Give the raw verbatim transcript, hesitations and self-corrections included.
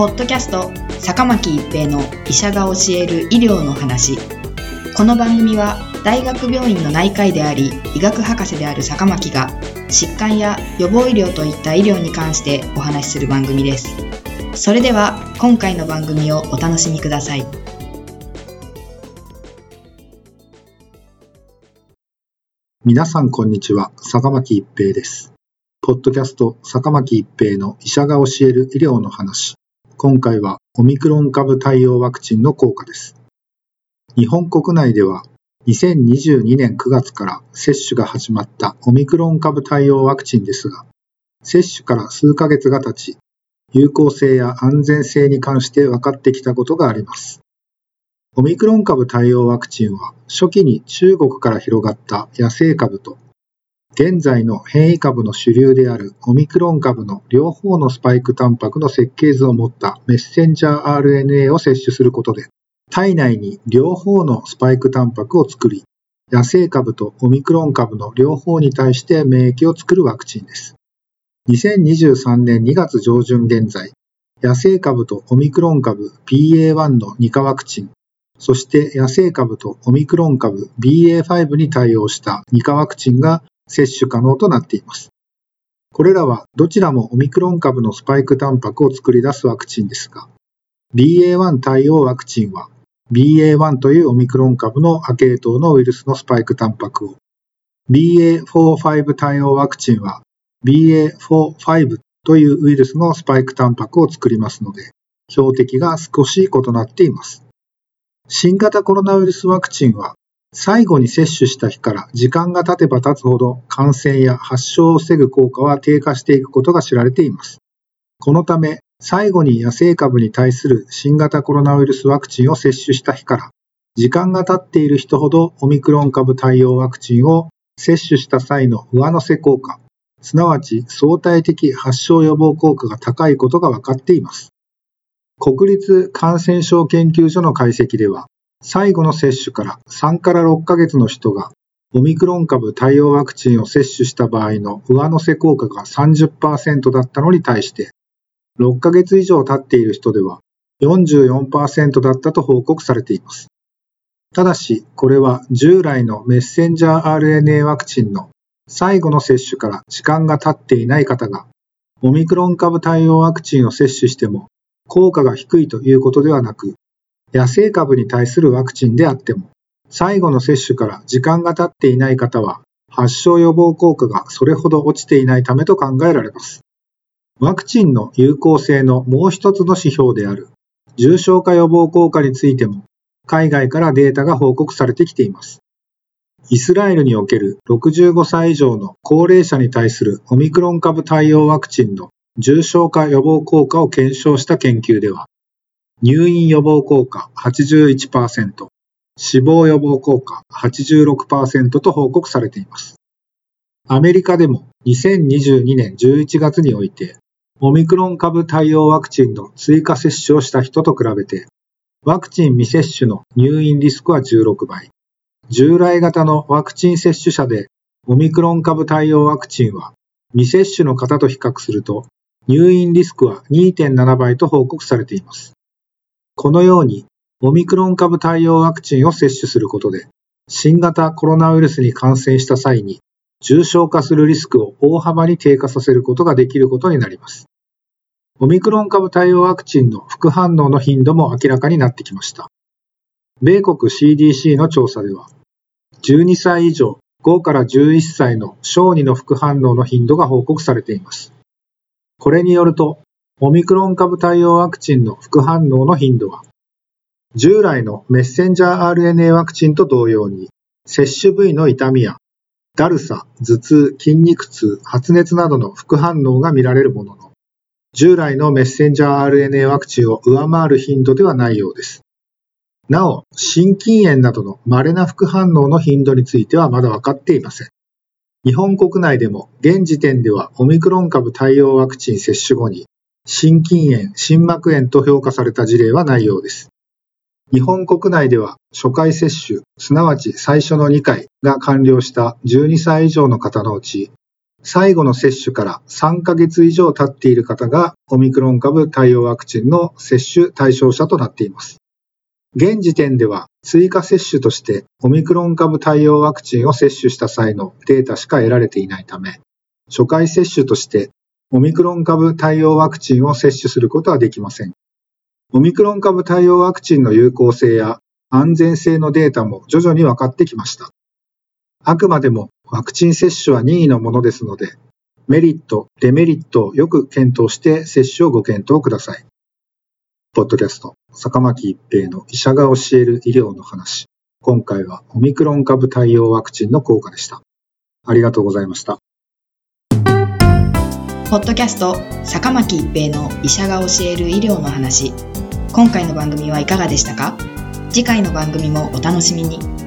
ポッドキャスト坂巻一平の医者が教える医療の話。この番組は大学病院の内科医であり医学博士である坂巻が疾患や予防医療といった医療に関してお話しする番組です。それでは今回の番組をお楽しみください。 皆さんこんにちは、坂巻一平です。ポッドキャスト坂巻一平の医者が教える医療の話。今回はオミクロン株対応ワクチンの効果です。日本国内ではにせんにじゅうにねんくがつから接種が始まったオミクロン株対応ワクチンですが、接種から数ヶ月が経ち、有効性や安全性に関して分かってきたことがあります。オミクロン株対応ワクチンは初期に中国から広がった野生株と現在の変異株の主流であるオミクロン株の両方のスパイクタンパクの設計図を持ったメッセンジャー アールエヌエー を接種することで体内に両方のスパイクタンパクを作り、野生株とオミクロン株の両方に対して免疫を作るワクチンです。にせんにじゅうさんねんにがつ上旬現在、野生株とオミクロン株 ビーエーワン のに価ワクチン、そして野生株とオミクロン株 ビーエーファイブ に対応したに価ワクチンが接種可能となっています。これらはどちらもオミクロン株のスパイクタンパクを作り出すワクチンですが、ビーエーワン 対応ワクチンは ビーエーワン というオミクロン株の亜系統のウイルスのスパイクタンパクを、ビーエーフォーファイブ 対応ワクチンは ビーエーフォーファイブ というウイルスのスパイクタンパクを作りますので、標的が少し異なっています。新型コロナウイルスワクチンは最後に接種した日から時間が経てば経つほど感染や発症を防ぐ効果は低下していくことが知られています。このため、最後に野生株に対する新型コロナウイルスワクチンを接種した日から時間が経っている人ほどオミクロン株対応ワクチンを接種した際の上乗せ効果、すなわち相対的発症予防効果が高いことが分かっています。国立感染症研究所の解析では、最後の接種からさんからろっかげつの人がオミクロン株対応ワクチンを接種した場合の上乗せ効果が さんじゅっパーセント だったのに対して、ろっかげつ以上経っている人では よんじゅうよんパーセント だったと報告されています。ただし、これは従来のメッセンジャー アールエヌエー ワクチンの最後の接種から時間が経っていない方がオミクロン株対応ワクチンを接種しても効果が低いということではなく、野生株に対するワクチンであっても、最後の接種から時間が経っていない方は、発症予防効果がそれほど落ちていないためと考えられます。ワクチンの有効性のもう一つの指標である、重症化予防効果についても、海外からデータが報告されてきています。イスラエルにおけるろくじゅうごさい以上の高齢者に対するオミクロン株対応ワクチンの重症化予防効果を検証した研究では、入院予防効果 はちじゅういちパーセント、死亡予防効果 はちじゅうろくパーセント と報告されています。アメリカでもにせんにじゅうにねんじゅういちがつにおいて、オミクロン株対応ワクチンの追加接種をした人と比べて、ワクチン未接種の入院リスクはじゅうろくばい、従来型のワクチン接種者でオミクロン株対応ワクチンは未接種の方と比較すると、入院リスクは にてんななばいと報告されています。このように、オミクロン株対応ワクチンを接種することで、新型コロナウイルスに感染した際に、重症化するリスクを大幅に低下させることができることになります。オミクロン株対応ワクチンの副反応の頻度も明らかになってきました。米国 シーディーシー の調査では、じゅうにさい以上、ごからじゅういっさいの小児の副反応の頻度が報告されています。これによると、オミクロン株対応ワクチンの副反応の頻度は、従来のメッセンジャー アールエヌエー ワクチンと同様に、接種部位の痛みや、だるさ、頭痛、筋肉痛、発熱などの副反応が見られるものの、従来のメッセンジャー アールエヌエー ワクチンを上回る頻度ではないようです。なお、心筋炎などの稀な副反応の頻度についてはまだ分かっていません。日本国内でも現時点ではオミクロン株対応ワクチン接種後に心筋炎、心膜炎と評価された事例はないようです。日本国内では初回接種、すなわち最初のにかいが完了したじゅうにさい以上の方のうち、 最後の接種からさんかげつ以上経っている方がオミクロン株対応ワクチンの接種対象者となっています。現時点では追加接種としてオミクロン株対応ワクチンを接種した際のデータしか得られていないため、初回接種としてオミクロン株対応ワクチンを接種することはできません。オミクロン株対応ワクチンの有効性や安全性のデータも徐々に分かってきました。あくまでもワクチン接種は任意のものですので、メリット、デメリットをよく検討して接種をご検討ください。ポッドキャスト、坂巻一平の医者が教える医療の話。今回はオミクロン株対応ワクチンの効果でした。ありがとうございました。 ポッドキャスト、坂巻一平の医者が教える医療の話。今回の番組はいかがでしたか？次回の番組もお楽しみに。